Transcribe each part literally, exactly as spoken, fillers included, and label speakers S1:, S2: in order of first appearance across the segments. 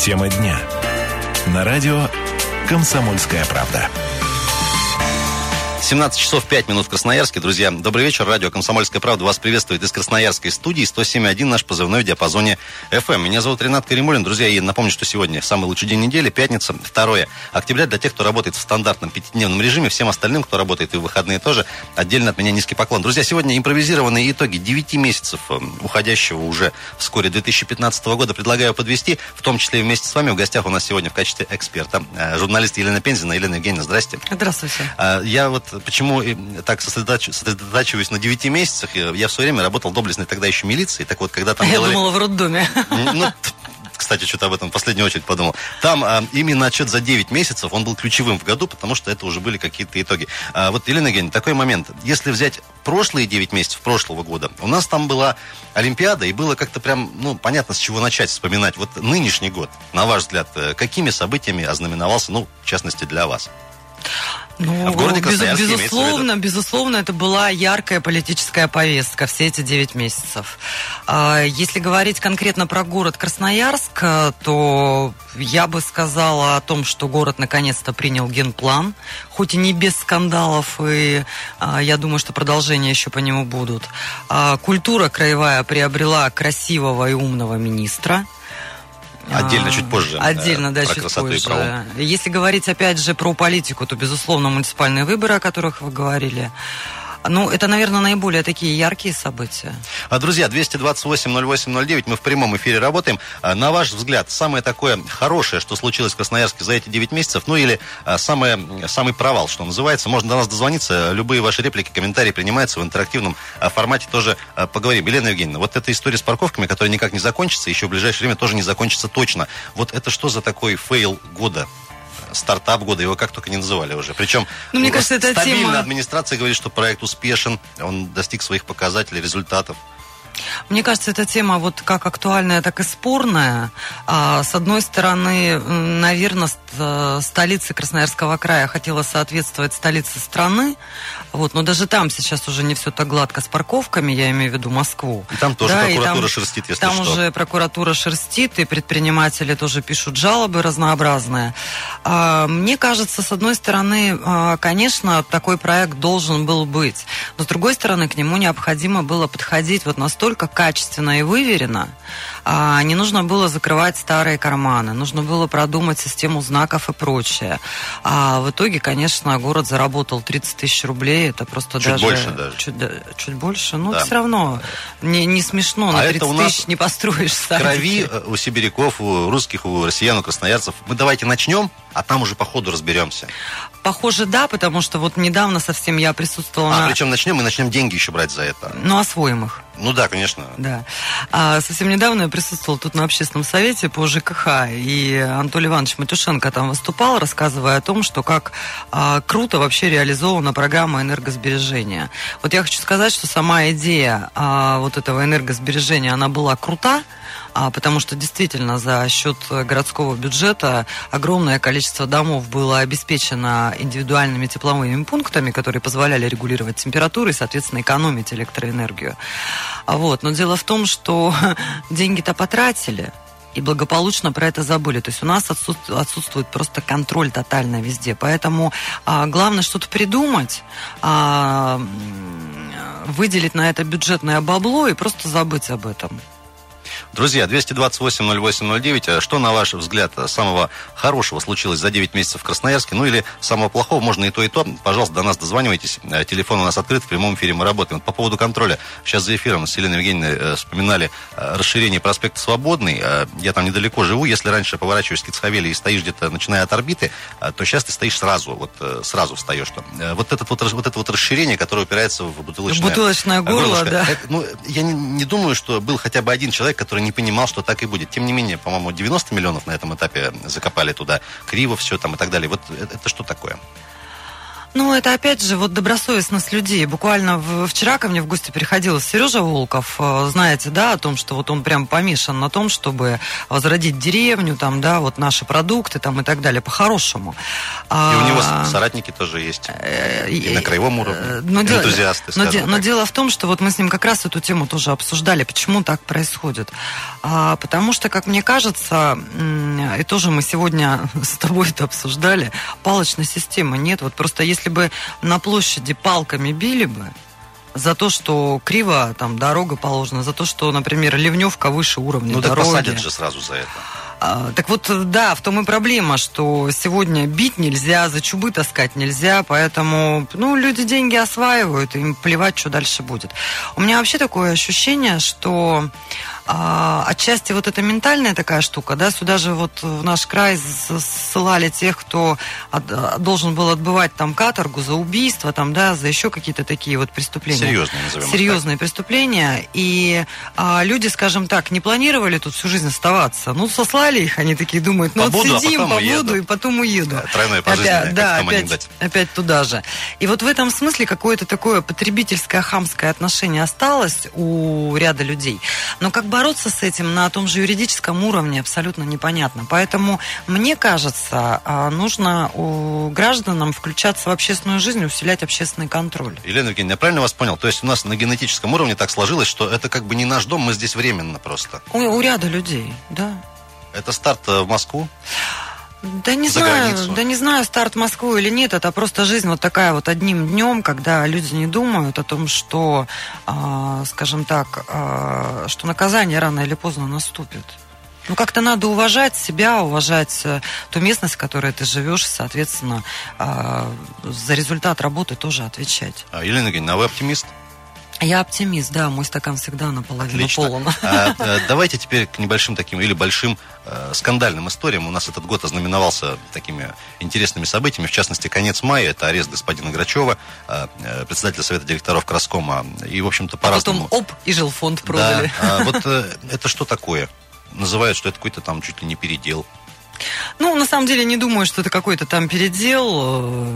S1: Тема дня. На радио «Комсомольская правда».
S2: семнадцать часов пять минут в Красноярске. Друзья, добрый вечер. Радио «Комсомольская правда» вас приветствует из Красноярской студии. сто семь и один наш позывной в диапазоне эф эм. Меня зовут Ренат Каримулин. Друзья, и напомню, что сегодня самый лучший день недели, пятница, второе октября. Для тех, кто работает в стандартном пятидневном режиме, всем остальным, кто работает и в выходные тоже, отдельно от меня низкий поклон. Друзья, сегодня импровизированные итоги девяти месяцев уходящего уже вскоре две тысячи пятнадцатого года предлагаю подвести, в том числе и вместе с вами. В гостях у нас сегодня в качестве эксперта журналист Елена Пензина. Елена Евгеньевна, здрасте.
S3: Здравствуйте.
S2: Я вот почему так сосредотачиваюсь на девяти месяцах. Я в свое время работал доблестной тогда еще милиции. Так вот, когда там...
S3: Я
S2: говорили...
S3: думала, в роддоме.
S2: Ну, кстати, что-то об этом в последнюю очередь подумал. Там а, именно отчет за девять месяцев, он был ключевым в году, потому что это уже были какие-то итоги. А, вот, Елена Евгеньевна, такой момент. Если взять прошлые девять месяцев прошлого года, у нас там была Олимпиада, и было как-то прям, ну, понятно, с чего начать вспоминать. Вот нынешний год, на ваш взгляд, какими событиями ознаменовался, ну, в частности, для вас?
S3: Ну,
S2: а в городе
S3: без,
S2: Красноярске
S3: безусловно, безусловно, это была яркая политическая повестка все эти девять месяцев. Если говорить конкретно про город Красноярск, то я бы сказала о том, что город наконец-то принял генплан, хоть и не без скандалов, и я думаю, что продолжения еще по нему будут. Культура краевая приобрела красивого и умного министра.
S2: Отдельно, чуть позже.
S3: Отдельно, да,
S2: про
S3: чуть
S2: красоту
S3: позже.
S2: И про ум.
S3: Если говорить, опять же, про политику, то, безусловно, муниципальные выборы, о которых вы говорили. Ну, это, наверное, наиболее такие яркие события.
S2: Друзья, двести двадцать восемь ноль восемь ноль девять, мы в прямом эфире работаем. На ваш взгляд, самое такое хорошее, что случилось в Красноярске за эти девять месяцев, ну или самое, самый провал, что называется, можно до нас дозвониться, любые ваши реплики, комментарии принимаются в интерактивном формате, тоже поговорим. Елена Евгеньевна, вот эта история с парковками, которая никак не закончится, еще в ближайшее время тоже не закончится точно. Вот это что за такой фейл года? Стартап года, его как только не называли уже. Причем
S3: ну, мне кажется, это
S2: стабильно
S3: тема...
S2: администрация говорит, что проект успешен, он достиг своих показателей, результатов.
S3: Мне кажется, эта тема вот как актуальная, так и спорная. А, с одной стороны, наверное, столица Красноярского края хотела соответствовать столице страны, вот, но даже там сейчас уже не все так гладко с парковками, я имею в виду Москву.
S2: И там тоже
S3: да,
S2: прокуратура
S3: там,
S2: шерстит, если
S3: там
S2: что.
S3: Там уже прокуратура шерстит, и предприниматели тоже пишут жалобы разнообразные. А, мне кажется, с одной стороны, конечно, такой проект должен был быть, но с другой стороны, к нему необходимо было подходить вот настолько Настолько качественно и выверено, а, не нужно было закрывать старые карманы, нужно было продумать систему знаков и прочее. А в итоге, конечно, город заработал тридцать тысяч рублей, это просто
S2: чуть
S3: даже...
S2: больше даже.
S3: Чуть, чуть больше, но
S2: да.
S3: все равно не, не смешно, на
S2: а
S3: тридцать тысяч не построишь садики.
S2: В крови у сибиряков, у русских, у россиян, у красноярцев. Мы давайте начнем, а там уже по ходу разберемся.
S3: Похоже, да, потому что вот недавно совсем я присутствовала
S2: а,
S3: на...
S2: причем начнем и начнем деньги еще брать за это.
S3: Ну, освоим их.
S2: Ну да, конечно.
S3: Да. А, совсем недавно я присутствовала тут на общественном совете по ЖКХ, и Анатолий Иванович Матюшенко там выступал, рассказывая о том, что как а, круто вообще реализована программа энергосбережения. Вот я хочу сказать, что сама идея а, вот этого энергосбережения, она была крута, а, потому что действительно за счет городского бюджета огромное количество домов было обеспечено индивидуальными тепловыми пунктами, которые позволяли регулировать температуру и, соответственно, экономить электроэнергию. Вот. Но дело в том, что деньги-то потратили и благополучно про это забыли. То есть у нас отсутствует, отсутствует просто контроль тотально везде. Поэтому а, главное что-то придумать, а, выделить на это бюджетное бабло и просто забыть об этом.
S2: Друзья, двести двадцать восемь ноль восемь ноль девять. Что, на ваш взгляд, самого хорошего случилось за девять месяцев в Красноярске? Ну или самого плохого, можно и то, и то. Пожалуйста, до нас дозванивайтесь. Телефон у нас открыт, в прямом эфире мы работаем. По поводу контроля. Сейчас за эфиром с Еленой Евгеньевной вспоминали расширение проспекта Свободный. Я там недалеко живу. Если раньше поворачиваешь с Кицхавели и стоишь где-то, начиная от орбиты, то сейчас ты стоишь сразу. Вот сразу встаешь там. Вот, этот вот, вот это вот расширение, которое упирается в бутылочное,
S3: бутылочное горло,
S2: горлышко.
S3: да.
S2: Это, ну, я не, не думаю, что был хотя бы один человек, который не понимал, что так и будет. Тем не менее, по-моему, девяносто миллионов на этом этапе закопали туда. Криво все там и так далее. Вот это что такое?
S3: Ну, это опять же вот добросовестность людей. Буквально в, вчера ко мне в гости приходил Сережа Волков, знаете, да, о том, что вот он прям помешан на том, чтобы возродить деревню, там, да, вот наши продукты там и так далее, по-хорошему.
S2: И а, у него соратники тоже есть, и, и на краевом уровне, но энтузиасты,
S3: но, де, но дело в том, что вот мы с ним как раз эту тему тоже обсуждали, почему так происходит. А, потому что, как мне кажется, и тоже мы сегодня с тобой это обсуждали, палочной системы нет. Вот просто если Если бы на площади палками били бы за то, что криво там дорога положена, за то, что, например, ливневка выше уровня
S2: ну,
S3: дороги.
S2: Ну, так посадят же сразу за это.
S3: А, так вот, да, в том и проблема, что сегодня бить нельзя, за чубы таскать нельзя, поэтому, ну, люди деньги осваивают, им плевать, что дальше будет. У меня вообще такое ощущение, что а, отчасти вот эта ментальная такая штука, да, сюда же вот в наш край ссылали тех, кто от, должен был отбывать там каторгу за убийство, там, да, за еще какие-то такие вот преступления.
S2: Серьезные, назовем
S3: Серьезные преступления. И а, люди, скажем так, не планировали тут всю жизнь оставаться. Ну, сослали их, они такие думают, ну,
S2: побуду,
S3: вот сидим,
S2: а
S3: побуду, и потом уеду.
S2: Да, тройное пожизненное,
S3: опять, да,
S2: как
S3: опять, опять туда же. И вот в этом смысле какое-то такое потребительское хамское отношение осталось у ряда людей. Но как бороться с этим на том же юридическом уровне абсолютно непонятно. Поэтому, мне кажется, нужно у гражданам включаться в общественную жизнь, усилять общественный контроль.
S2: Елена Евгеньевна, я правильно вас понял? То есть у нас на генетическом уровне так сложилось, что это как бы не наш дом, мы здесь временно просто.
S3: У, у ряда людей, да.
S2: Это старт в Москву?
S3: Да не
S2: За
S3: знаю,
S2: границу?
S3: да не знаю, старт в Москву или нет, это просто жизнь вот такая вот одним днем, когда люди не думают о том, что, э, скажем так, э, что наказание рано или поздно наступит. Ну, как-то надо уважать себя, уважать э, ту местность, в которой ты живешь, соответственно, э, за результат работы тоже отвечать.
S2: А, Елена Евгеньевна, а вы оптимист?
S3: Я оптимист, да, мой стакан всегда наполовину полон.
S2: А, а, давайте теперь к небольшим таким или большим э, скандальным историям. У нас этот год ознаменовался такими интересными событиями. В частности, конец мая, это арест господина Грачева, э, председателя Совета директоров Краскома. И, в общем-то, по-разному.
S3: А потом, оп, и жилфонд продали.
S2: Да, а, вот э, это что такое? Называют, что это какой-то там чуть ли не передел.
S3: Ну, на самом деле, не думаю, что это какой-то там передел.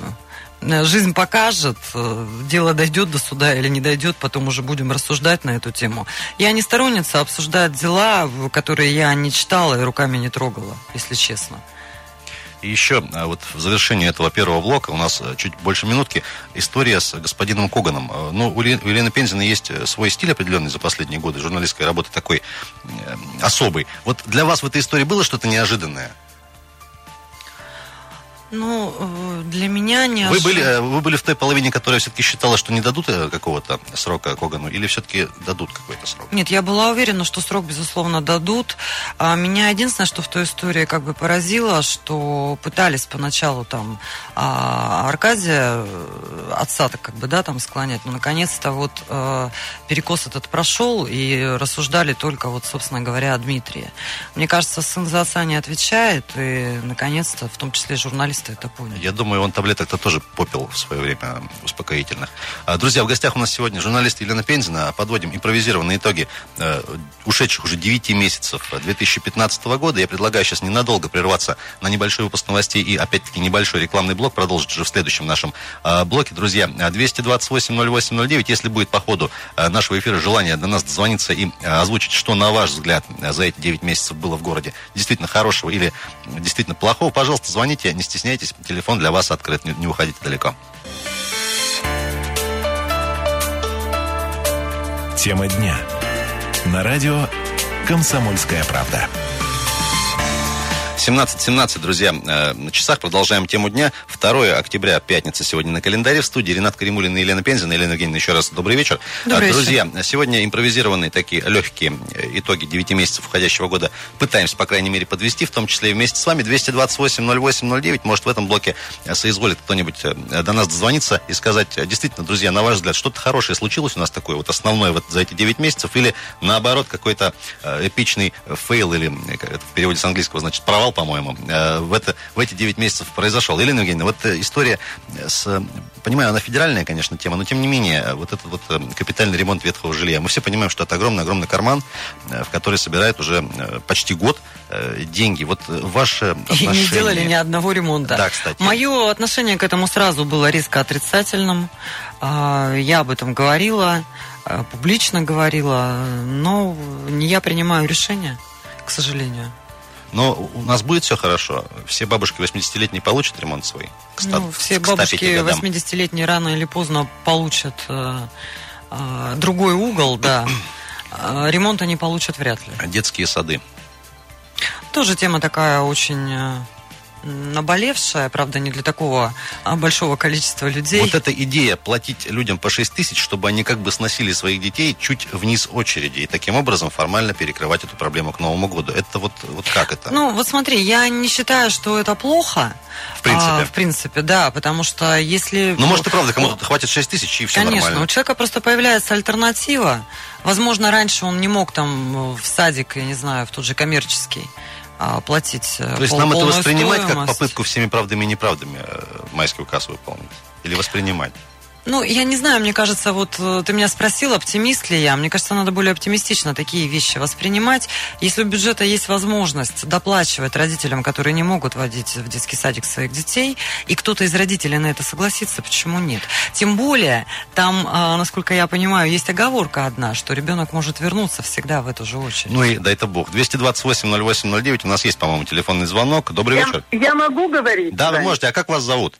S3: Жизнь покажет, дело дойдет до суда или не дойдет, потом уже будем рассуждать на эту тему. Я не сторонница обсуждать дела, которые я не читала и руками не трогала, если честно.
S2: И еще вот в завершении этого первого блока у нас чуть больше минутки история с господином Коганом. Ну, у Елены Пензиной есть свой стиль определенный за последние годы журналистской работы, такой особый. Вот для вас в этой истории было что-то неожиданное?
S3: Ну, для меня не
S2: вы были, вы были в той половине, которая все-таки считала, что не дадут какого-то срока Когану, или все-таки дадут какой-то срок?
S3: Нет, я была уверена, что срок, безусловно, дадут. А меня единственное, что в той истории как бы поразило, что пытались поначалу там а, Аркадия, отца так как бы, да, там склонять, но наконец-то вот а, перекос этот прошел, и рассуждали только вот, собственно говоря, о Дмитрии. Мне кажется, сын за отца не отвечает, и наконец-то, в том числе журналисты, это поняли.
S2: Я думаю, он таблеток-то тоже попил в свое время успокоительных. Друзья, в гостях у нас сегодня журналист Елена Пензина. Подводим импровизированные итоги э, ушедших уже девяти месяцев две тысячи пятнадцатого года. Я предлагаю сейчас ненадолго прерваться на небольшой выпуск новостей и, опять-таки, небольшой рекламный блок. Продолжить уже в следующем нашем э, блоке. Друзья, двести двадцать восемь ноль восемь ноль девять. Если будет по ходу э, нашего эфира желание до нас дозвониться и э, озвучить, что, на ваш взгляд, за эти девять месяцев было в городе действительно хорошего или действительно плохого, пожалуйста, звоните, не стесняйтесь. Телефон для вас открыт, не, не уходите далеко.
S1: Тема дня. На радио «Комсомольская правда».
S2: семнадцать семнадцать, друзья, на часах продолжаем тему дня. второе октября, пятница сегодня на календаре. В студии Ренат Каримулин и Елена Пензина. Елена Евгеньевна, еще раз добрый вечер.
S3: Добрый
S2: Друзья,
S3: вечер.
S2: Сегодня импровизированные такие легкие итоги девяти месяцев уходящего года пытаемся, по крайней мере, подвести, в том числе и вместе с вами. двести двадцать восемь ноль восемь ноль девять. Может, в этом блоке соизволит кто-нибудь до нас дозвониться и сказать, действительно, друзья, на ваш взгляд, что-то хорошее случилось у нас такое вот основное вот за эти девять месяцев, или наоборот, какой-то эпичный фейл, или это в переводе с английского значит провал, по-моему, в, это, в эти девять месяцев произошел. Елена Евгеньевна, вот история с... Понимаю, она федеральная, конечно, тема, но тем не менее, вот этот вот капитальный ремонт ветхого жилья. Мы все понимаем, что это огромный-огромный карман, в который собирает уже почти год э, деньги. Вот ваше отношение...
S3: И не делали ни одного ремонта.
S2: Да, кстати.
S3: Мое отношение к этому сразу было резко отрицательным. Я об этом говорила, публично говорила, но не я принимаю решения, к сожалению.
S2: Но у нас будет все хорошо. Все бабушки восьмидесятилетние получат ремонт свой. К ста,
S3: ну, все
S2: к
S3: бабушки восьмидесятилетние рано или поздно получат э, э, другой угол, да. Ремонт они получат вряд ли.
S2: А детские сады?
S3: Тоже тема такая очень э, наболевшая, правда, не для такого большого количества людей.
S2: Вот эта идея платить людям по шесть тысяч, чтобы они как бы сносили своих детей чуть вниз очереди, и таким образом формально перекрывать эту проблему к Новому году. Это вот, вот как это?
S3: Ну, вот смотри, я не считаю, что это плохо.
S2: В принципе.
S3: А, в принципе, да, потому что если...
S2: Ну, может, и правда, кому-то хватит шесть тысяч, и все
S3: Конечно,
S2: нормально.
S3: Конечно, у человека просто появляется альтернатива. Возможно, раньше он не мог там в садик, я не знаю, в тот же коммерческий платить.
S2: То есть
S3: пол,
S2: нам это воспринимать
S3: стоимость.
S2: как попытку всеми правдами и неправдами майскую кассу выполнить? Или воспринимать?
S3: Ну, я не знаю, мне кажется, вот ты меня спросил, оптимист ли я. Мне кажется, надо более оптимистично такие вещи воспринимать. Если у бюджета есть возможность доплачивать родителям, которые не могут водить в детский садик своих детей, и кто-то из родителей на это согласится, почему нет? Тем более, там, насколько я понимаю, есть оговорка одна, что ребенок может вернуться всегда в эту же очередь.
S2: Ну и дай-то бог. двести двадцать восемь ноль восемь ноль девять. У нас есть, по-моему, телефонный звонок. Добрый
S4: я,
S2: вечер.
S4: Я могу говорить?
S2: Да, вы можете. А как вас зовут?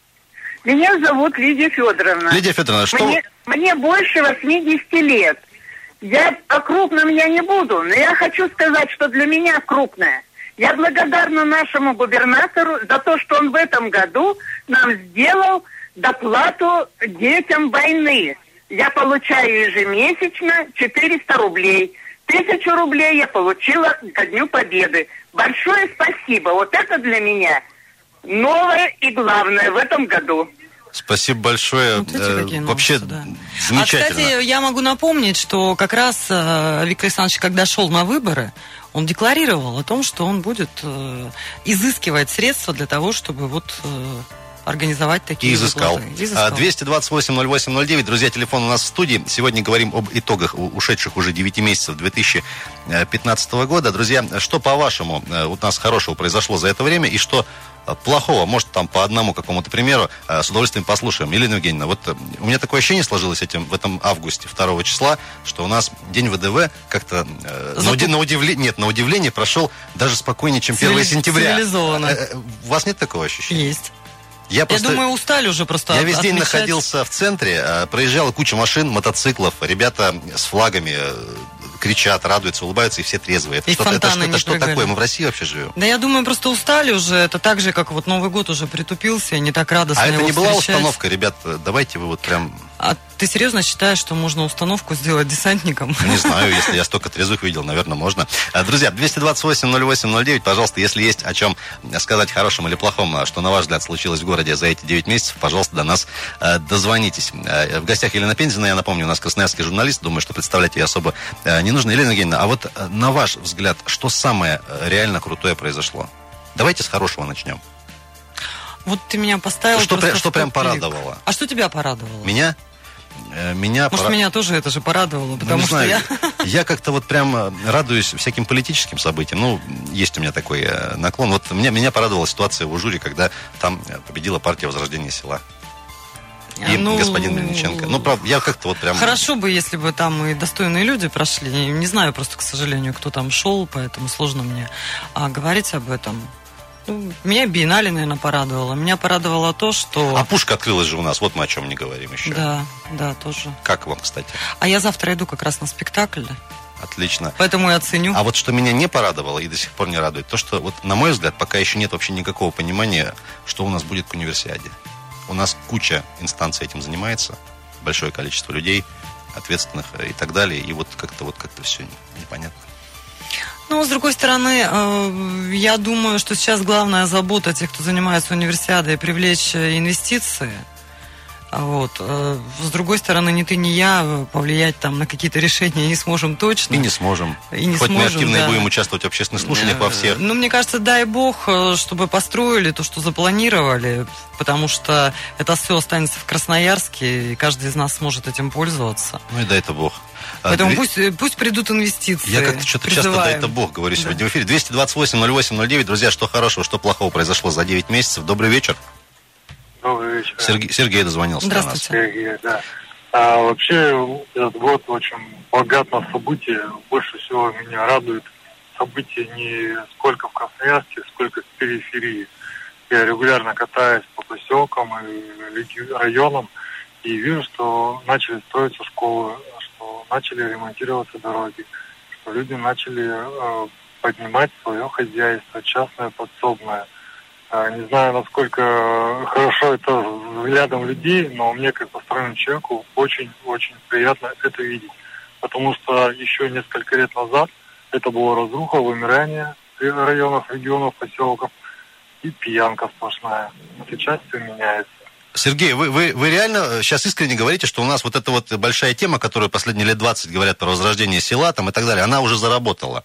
S4: Меня зовут Лидия Федоровна.
S2: Лидия Федоровна, что...
S4: Мне, мне больше восьмидесяти лет. Я о крупном я не буду, но я хочу сказать, что для меня крупное. Я благодарна нашему губернатору за то, что он в этом году нам сделал доплату детям войны. Я получаю ежемесячно четыреста рублей. Тысячу рублей я получила ко Дню Победы. Большое спасибо. Вот это для меня... новое и главное в этом году.
S2: Спасибо большое.
S3: Вот эти,
S2: Вообще
S3: новости, да.
S2: замечательно.
S3: А, кстати, я могу напомнить, что как раз Виктор Александрович, когда шел на выборы, он декларировал о том, что он будет э, изыскивать средства для того, чтобы вот... Э, организовать такие
S2: И изыскал.
S3: изыскал.
S2: двести двадцать восемь ноль восемь ноль девять. Друзья, телефон у нас в студии. Сегодня говорим об итогах ушедших уже девяти месяцев две тысячи пятнадцатого года. Друзья, что, по-вашему, у нас хорошего произошло за это время и что плохого, может, там по одному какому-то примеру, с удовольствием послушаем. Елена Евгеньевна, вот у меня такое ощущение сложилось этим, в этом августе, второго числа, что у нас день ВДВ как-то на, уди, на, удивление, нет, на удивление прошел даже спокойнее, чем первое сентября.
S3: Цивилизованно.
S2: У вас нет такого ощущения?
S3: Есть.
S2: Я, просто,
S3: я думаю, устали уже просто
S2: Я весь день
S3: отмечать.
S2: находился в центре, проезжала куча машин, мотоциклов, ребята с флагами кричат, радуются, улыбаются, и все трезвые. Это, что, это, это что такое? Мы в России вообще живем?
S3: Да я думаю, просто устали уже. Это так же, как вот Новый год уже притупился, и не так радостно
S2: А
S3: его
S2: это не была
S3: встречать.
S2: установка, ребят, давайте вы вот прям...
S3: А ты серьезно считаешь, что можно установку сделать десантником?
S2: Не знаю, если я столько трезвых видел, наверное, можно. Друзья, двести двадцать восемь ноль восемь ноль девять, пожалуйста, если есть о чем сказать хорошем или плохом, что, на ваш взгляд, случилось в городе за эти девять месяцев, пожалуйста, до нас э, дозвонитесь. Э, в гостях Елена Пензина, я напомню, у нас красноярский журналист, думаю, что представлять ее особо э, не нужно. Елена Евгеньевна, а вот э, на ваш взгляд, что самое э, реально крутое произошло? Давайте с хорошего начнем.
S3: Вот ты меня поставил.
S2: Что, прям, что прям
S3: тупик.
S2: порадовало?
S3: А что тебя порадовало?
S2: Меня? Меня
S3: Может, пора... меня тоже это же порадовало, потому
S2: ну,
S3: что
S2: знаю,
S3: я...
S2: Я как-то вот прям радуюсь всяким политическим событиям. Ну, есть у меня такой наклон. Вот меня, меня порадовала ситуация в Ужуре, когда там победила партия Возрождения села. И ну, господин Мельниченко. Ну, правда, я как-то вот прям...
S3: Хорошо бы, если бы там и достойные люди прошли. Не знаю просто, к сожалению, кто там шел, поэтому сложно мне а, говорить об этом. Ну, меня биеннале, наверное, порадовало. Меня порадовало то, что...
S2: А пушка открылась же у нас, вот мы о чем не говорим еще.
S3: Да, да, тоже.
S2: Как вам, кстати?
S3: А я завтра иду как раз на спектакль.
S2: Отлично.
S3: Поэтому я ценю.
S2: А вот что меня не порадовало и до сих пор не радует, то, что, вот, на мой взгляд, пока еще нет вообще никакого понимания, что у нас будет к универсиаде. У нас куча инстанций этим занимается, большое количество людей, ответственных и так далее, и вот как-то вот как-то все непонятно.
S3: Ну, с другой стороны, я думаю, что сейчас главная забота тех, кто занимается универсиадой, привлечь инвестиции. Вот. С другой стороны, ни ты, ни я повлиять там на какие-то решения не сможем точно.
S2: И не сможем.
S3: И не
S2: Хоть
S3: сможем,
S2: мы активно
S3: да.
S2: будем участвовать в общественных слушаниях во всех.
S3: Ну, мне кажется, дай бог, чтобы построили то, что запланировали, потому что это все останется в Красноярске, и каждый из нас сможет этим пользоваться.
S2: Ну и дай это бог.
S3: Поэтому
S2: Две...
S3: пусть, пусть придут инвестиции.
S2: Я как-то что-то часто да это Бог говорю сегодня да. в эфире. двести двадцать восемь ноль восемь ноль девять. Друзья, что хорошего, что плохого произошло за девять месяцев. Добрый вечер.
S5: Добрый вечер.
S2: Сергей, Сергей дозвонился до нас.
S5: Сергей, да. А, вообще, этот год очень богат на события. Больше всего меня радует события не сколько в Красноярске, сколько в периферии. Я регулярно катаюсь по поселкам и районам и вижу, что начали строиться школы, что начали ремонтироваться дороги, что люди начали э, поднимать свое хозяйство, частное, подсобное. Э, не знаю, насколько хорошо это взглядом людей, но мне, как постороннему человеку, очень-очень приятно это видеть. Потому что еще несколько лет назад это была разруха, вымирание районов, регионов, поселков и пьянка сплошная. Сейчас все меняется.
S2: Сергей, вы, вы, вы реально сейчас искренне говорите, что у нас вот эта вот большая тема, которую последние лет двадцать говорят про возрождение села там и так далее, она уже заработала?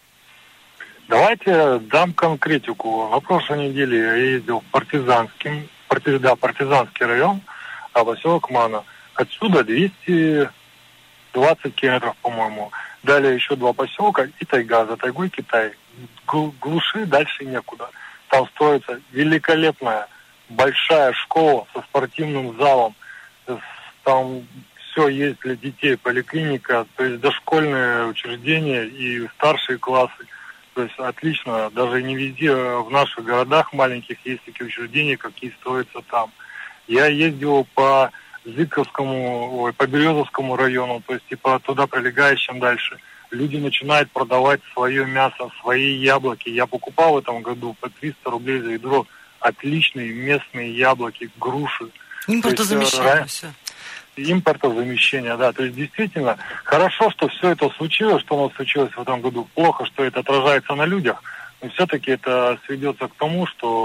S5: Давайте дам конкретику. На прошлой неделе я ездил в Партизанский, парти, да, Партизанский район, а поселок Мана. Отсюда двести двадцать километров, по-моему. Далее еще два поселка и тайга, за тайгой Китай. Глуши дальше некуда. Там строится великолепная большая школа со спортивным залом. Там все есть для детей, поликлиника, то есть дошкольные учреждения и старшие классы. То есть отлично, даже не везде в наших городах маленьких есть такие учреждения, какие строятся там. Я ездил по Зыковскому, ой, по Березовскому району, то есть и по туда прилегающим дальше. Люди начинают продавать свое мясо, свои яблоки. Я покупал в этом году по триста рублей за ведро отличные местные яблоки, груши.
S3: Импортозамещение, все.
S5: Импортозамещение, да. То есть действительно хорошо, что все это случилось, что у нас случилось в этом году. Плохо, что это отражается на людях. Но все-таки это сведется к тому,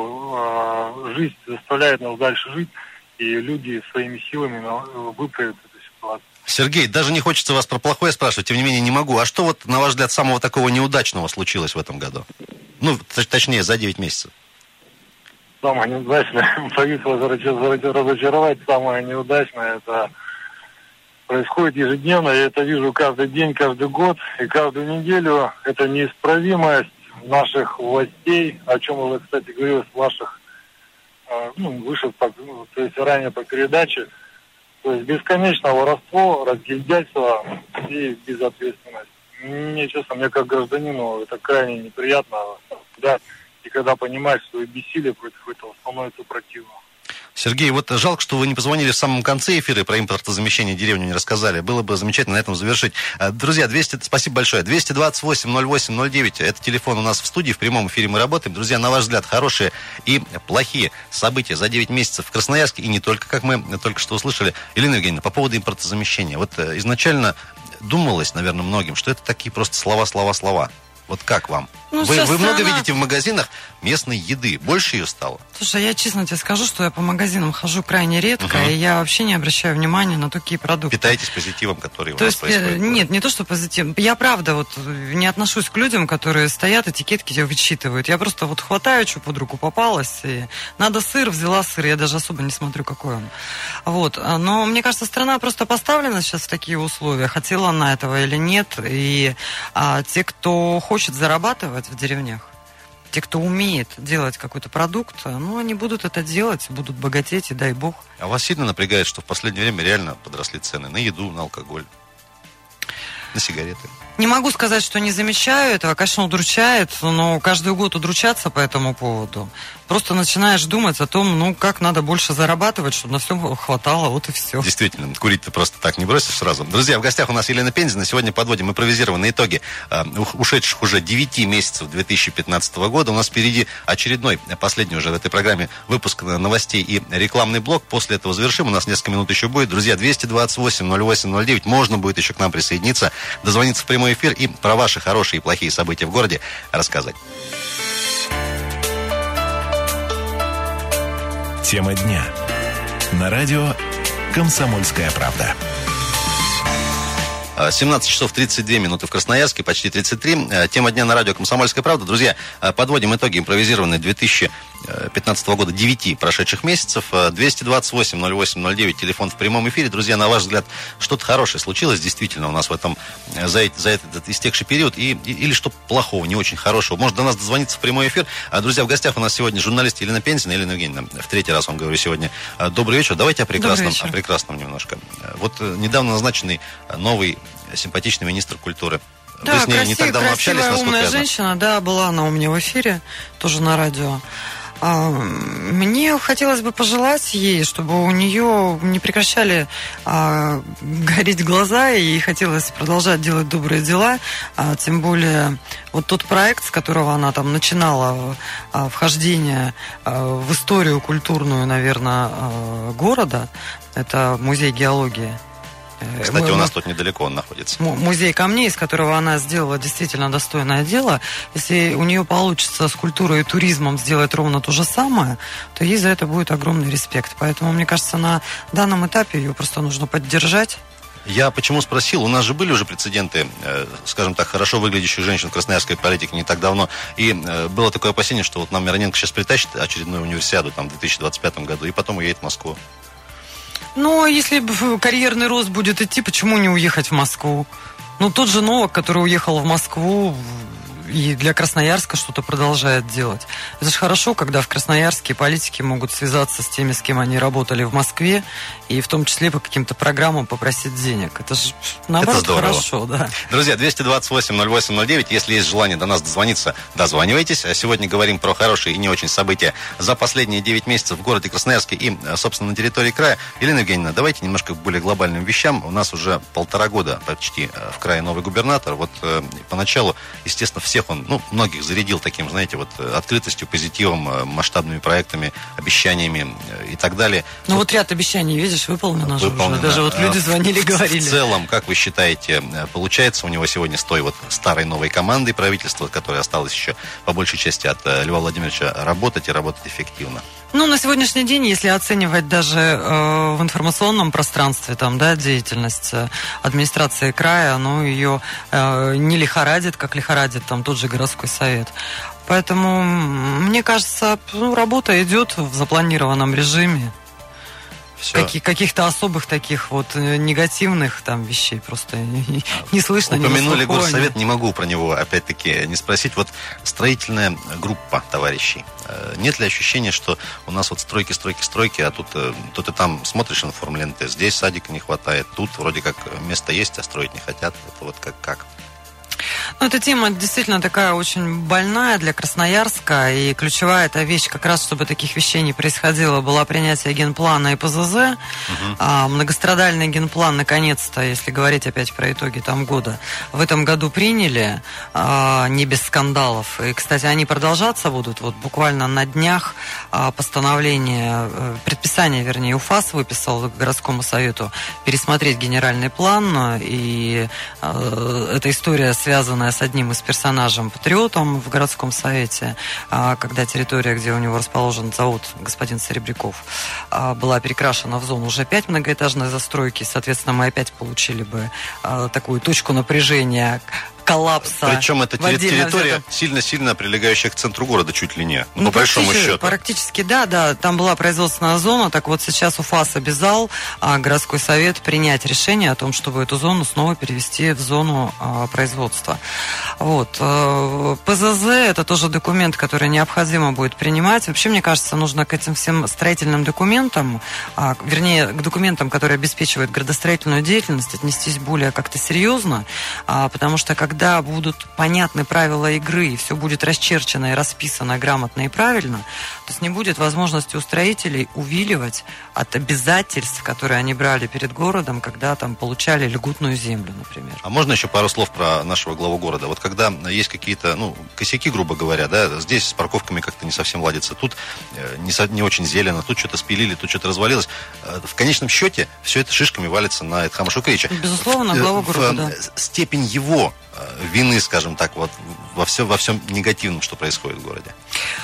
S5: что э, жизнь заставляет нас дальше жить, и люди своими силами выправят эту ситуацию.
S2: Сергей, даже не хочется вас про плохое спрашивать, тем не менее не могу. А что вот, на ваш взгляд, самого такого неудачного случилось в этом году? Ну, точнее, за девять месяцев.
S5: Самое неудачное, боюсь вас разочаровать, самое неудачное, это происходит ежедневно, я это вижу каждый день, каждый год, и каждую неделю. Это неисправимость наших властей, о чем уже, кстати, говорилось в ваших, ну, выше, то есть ранее по передаче. То есть бесконечное воровство, разгильдяйство и безответственность. Мне, честно, мне как гражданину это крайне неприятно. Да, и когда понимаешь свое бессилие против этого, становится противно.
S2: Сергей, вот жалко, что вы не позвонили в самом конце эфира и про импортозамещение деревни не рассказали. Было бы замечательно на этом завершить. Друзья, двести, спасибо большое. двести двадцать восемь ноль восемь ноль девять. Это телефон у нас в студии. В прямом эфире мы работаем. Друзья, на ваш взгляд, хорошие и плохие события за девять месяцев в Красноярске. И не только, как мы только что услышали. Елена Евгеньевна, по поводу импортозамещения. Вот изначально думалось, наверное, многим, что это такие просто слова, слова, слова. Вот как вам?
S3: Ну,
S2: вы вы много
S3: она...
S2: видите в магазинах местной еды. Больше ее стало?
S3: Слушай, я честно тебе скажу, что я по магазинам хожу крайне редко, uh-huh. и я вообще не обращаю внимания на такие продукты.
S2: Питаетесь позитивом, который у
S3: то
S2: нас
S3: есть,
S2: происходит?
S3: Нет, не то, что позитив. Я правда вот не отношусь к людям, которые стоят, этикетки тебе вычитывают. Я просто вот хватаю, что под руку попалось, и надо сыр, взяла сыр, я даже особо не смотрю, какой он. Вот. Но мне кажется, страна просто поставлена сейчас в такие условия, хотела она этого или нет, и а, те, кто хочет зарабатывать в деревнях, те, кто умеет делать какой-то продукт, ну, они будут это делать, будут богатеть, и дай бог.
S2: А вас сильно напрягает, что в последнее время реально подросли цены на еду, на алкоголь, на сигареты?
S3: Не могу сказать, что не замечаю этого. Конечно, удручает, но каждый год удручаться по этому поводу. Просто начинаешь думать о том, ну, как надо больше зарабатывать, чтобы на все хватало, вот и все.
S2: Действительно, курить ты просто так не бросишь сразу. Друзья, в гостях у нас Елена Пензина. Сегодня подводим импровизированные итоги э, ушедших уже девяти месяцев две тысячи пятнадцатого года. У нас впереди очередной, последний уже в этой программе, выпуск новостей и рекламный блок. После этого завершим. У нас несколько минут еще будет. Друзья, двести двадцать восемь ноль восемь ноль девять. Можно будет еще к нам присоединиться, дозвониться в прямой эфир и про ваши хорошие и плохие события в городе рассказать.
S1: Тема дня. На радио «Комсомольская правда».
S2: семнадцать часов тридцать две минуты в Красноярске, почти тридцать три. Тема дня на радио «Комсомольская правда». Друзья, подводим итоги импровизированной две тысячи пятнадцатого года, девяти прошедших месяцев. двести двадцать восемь ноль восемь ноль девять, телефон в прямом эфире. Друзья, на ваш взгляд, что-то хорошее случилось действительно у нас в этом, за, за этот истекший период, и, и, или что плохого, не очень хорошего? Может до нас дозвониться в прямой эфир. Друзья, в гостях у нас сегодня журналист Елена Пензина. Елена Евгеньевна, в третий раз вам говорю сегодня. Добрый вечер. Давайте о прекрасном, о прекрасном немножко. Вот недавно назначенный новый симпатичный министр культуры.
S3: Да,
S2: Вы с ней
S3: красивая,
S2: не так давно общались, насколько
S3: умная
S2: я знаю.
S3: женщина, да, была она у меня в эфире, тоже на радио. Мне хотелось бы пожелать ей, чтобы у нее не прекращали а, гореть глаза, и хотелось продолжать делать добрые дела. А, тем более, вот тот проект, с которого она там начинала а, вхождение а, в историю культурную, наверное, а, города, это музей геологии.
S2: Кстати,
S3: мы,
S2: у нас тут недалеко он находится.
S3: Музей камней, из которого она сделала действительно достойное дело. Если у нее получится с культурой и туризмом сделать ровно то же самое, то ей за это будет огромный респект. Поэтому, мне кажется, на данном этапе ее просто нужно поддержать.
S2: Я почему спросил, у нас же были уже прецеденты, э, скажем так, хорошо выглядящих женщин в красноярской политике не так давно, и э, было такое опасение, что вот нам Мироненко сейчас притащит очередную универсиаду там, в две тысячи двадцать пятом году, и потом уедет в Москву.
S3: Но если карьерный рост будет идти, почему не уехать в Москву? Ну, тот же Новак, который уехал в Москву и для Красноярска что-то продолжает делать. Это же хорошо, когда в Красноярске политики могут связаться с теми, с кем они работали в Москве, и в том числе по каким-то программам попросить денег. Это же, наоборот,
S2: это здорово.
S3: Хорошо, да.
S2: Друзья, двести двадцать восемь ноль восемь ноль девять, если есть желание до нас дозвониться, дозванивайтесь. Сегодня говорим про хорошие и не очень события за последние девять месяцев в городе Красноярске и, собственно, на территории края. Елена Евгеньевна, давайте немножко к более глобальным вещам. У нас уже полтора года почти в крае новый губернатор. Вот э, поначалу, естественно, всех он, ну, многих зарядил таким, знаете, вот открытостью, позитивом, масштабными проектами, обещаниями и так далее.
S3: Ну вот,
S2: вот
S3: ряд обещаний, видишь, выполнено, выполнено. Же уже. Даже вот люди звонили, говорили.
S2: В целом, как вы считаете, получается у него сегодня с той вот старой новой командой правительства, которая осталась еще по большей части от Льва Владимировича, работать и работать эффективно?
S3: Ну, на сегодняшний день, если оценивать даже э, в информационном пространстве там, да, деятельность администрации края, ну, ее э, не лихорадит, как лихорадит там тот же городской совет. Поэтому, мне кажется, ну, работа идет в запланированном режиме. Каких, каких-то особых таких вот негативных там вещей просто не, не слышно.
S2: Упомянули горсовет, не могу про него опять-таки не спросить. Вот строительная группа товарищей. Нет ли ощущения, что у нас вот стройки, стройки, стройки, а тут, тут и там смотришь информленты, здесь садика не хватает, тут вроде как место есть, а строить не хотят. Это вот как как?
S3: Ну, эта тема действительно такая очень больная для Красноярска, и ключевая эта вещь, как раз, чтобы таких вещей не происходило, была принятие генплана и ПЗЗ. Угу. А, многострадальный генплан, наконец-то, если говорить опять про итоги там года, в этом году приняли, а, не без скандалов. И, кстати, они продолжаться будут. Вот буквально на днях а, постановление, предписание, вернее, УФАС выписал городскому совету пересмотреть генеральный план, и а, эта история связанная с одним из персонажей патриотом в городском совете, когда территория, где у него расположен завод господин Серебряков, была перекрашена в зону уже пять многоэтажной застройки, соответственно, мы опять получили бы такую точку напряжения, коллапса.
S2: Причем эта территория сильно-сильно прилегающая к центру города, чуть ли не, ну, по большому счету.
S3: Практически, да, да. Там была производственная зона, так вот сейчас УФАС обязал а, городской совет принять решение о том, чтобы эту зону снова перевести в зону а, производства. Вот. А, ПЗЗ – это тоже документ, который необходимо будет принимать. Вообще, мне кажется, нужно к этим всем строительным документам, а, вернее, к документам, которые обеспечивают градостроительную деятельность, отнестись более как-то серьезно, а, потому что когда Когда будут понятны правила игры, и все будет расчерчено и расписано грамотно и правильно, то есть не будет возможности у строителей увиливать от обязательств, которые они брали перед городом, когда там получали льготную землю, например.
S2: А можно еще пару слов про нашего главу города? Вот когда есть какие-то, ну, косяки, грубо говоря, да, здесь с парковками как-то не совсем ладится, тут не, со, не очень зелено, тут что-то спилили, тут что-то развалилось. В конечном счете все это шишками валится на Эдхама Шукрича.
S3: Безусловно, главу города,
S2: в,
S3: да.
S2: Степень его вины, скажем так, вот во всем, во всем негативном, что происходит в городе.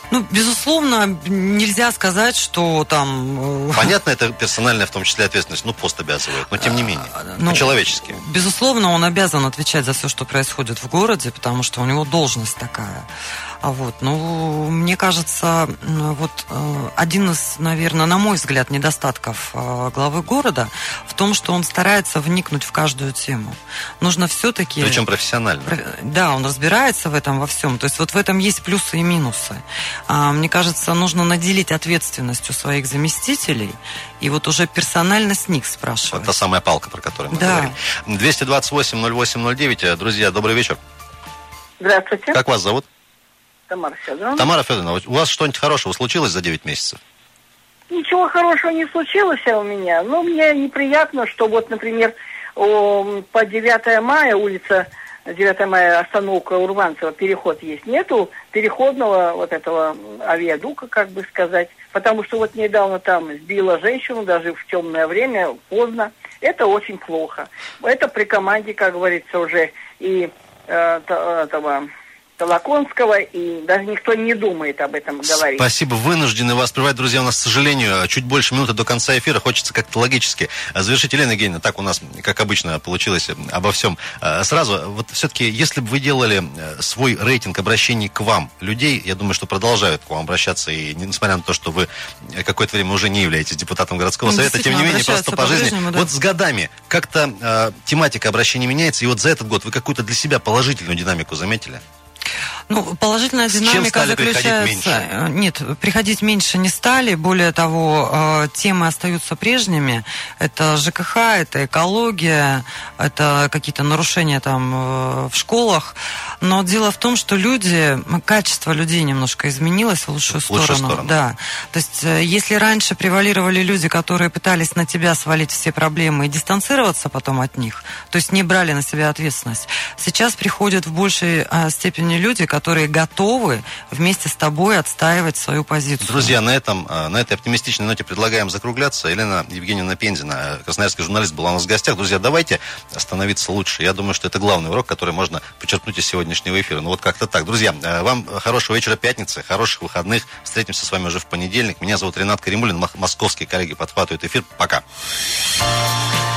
S3: Ну, безусловно, нельзя сказать, что там...
S2: Понятно, это персональная, в том числе, ответственность, ну, пост обязывает, но тем не менее, ну, по-человечески.
S3: Безусловно, он обязан отвечать за все, что происходит в городе, потому что у него должность такая. А вот, ну, мне кажется, вот один из, наверное, на мой взгляд, недостатков главы города в том, что он старается вникнуть в каждую тему. Нужно все-таки...
S2: Причем профессионально.
S3: Да, он разбирается в этом во всем. То есть вот в этом есть плюсы и минусы. Мне кажется, нужно наделить ответственностью своих заместителей и вот уже персонально с них спрашивать.
S2: Вот та самая палка, про которую мы
S3: да.
S2: говорим. двести двадцать восемь ноль восемь ноль девять. Друзья, добрый вечер.
S4: Здравствуйте.
S2: Как вас зовут?
S4: Тамара Федоровна.
S2: Тамара Федоровна, у вас что-нибудь хорошего случилось за девять месяцев?
S4: Ничего хорошего не случилось у меня. Но мне неприятно, что вот, например, по девятое мая, улица девятое мая, остановка Урванцева, переход есть. Нету переходного вот этого авиадука, как бы сказать. Потому что вот недавно там сбила женщину, даже в темное время, поздно. Это очень плохо. Это при команде, как говорится, уже и э, этого... Толоконского, и даже никто не думает об этом говорить.
S2: Спасибо. Вынуждены вас прервать, друзья. У нас, к сожалению, чуть больше минуты до конца эфира. Хочется как-то логически завершить. Елена Евгеньевна, так у нас, как обычно, получилось обо всем сразу. Вот все-таки, если бы вы делали свой рейтинг обращений к вам, людей, я думаю, что продолжают к вам обращаться, и несмотря на то, что вы какое-то время уже не являетесь депутатом городского
S3: ну,
S2: совета, тем не менее, просто по жизни.
S3: Да.
S2: Вот с годами как-то э, тематика обращений меняется, и вот за этот год вы какую-то для себя положительную динамику заметили?
S3: Ну, положительная динамика заключается... Нет, приходить меньше не стали. Более того, темы остаются прежними. Это ЖКХ, это экология, это какие-то нарушения там в школах. Но дело в том, что люди, качество людей немножко изменилось в лучшую сторону.
S2: В лучшую сторону.
S3: Да. То есть, если раньше превалировали люди, которые пытались на тебя свалить все проблемы и дистанцироваться потом от них, то есть не брали на себя ответственность, сейчас приходят в большей степени люди, которые готовы вместе с тобой отстаивать свою позицию.
S2: Друзья, на этом, на этой оптимистичной ноте предлагаем закругляться. Елена Евгеньевна Пензина, красноярский журналист, была у нас в гостях. Друзья, давайте становиться лучше. Я думаю, что это главный урок, который можно подчеркнуть из сегодняшнего эфира. Ну вот как-то так. Друзья, вам хорошего вечера пятницы, хороших выходных. Встретимся с вами уже в понедельник. Меня зовут Ренат Каримулин. Московские коллеги подхватывают эфир. Пока.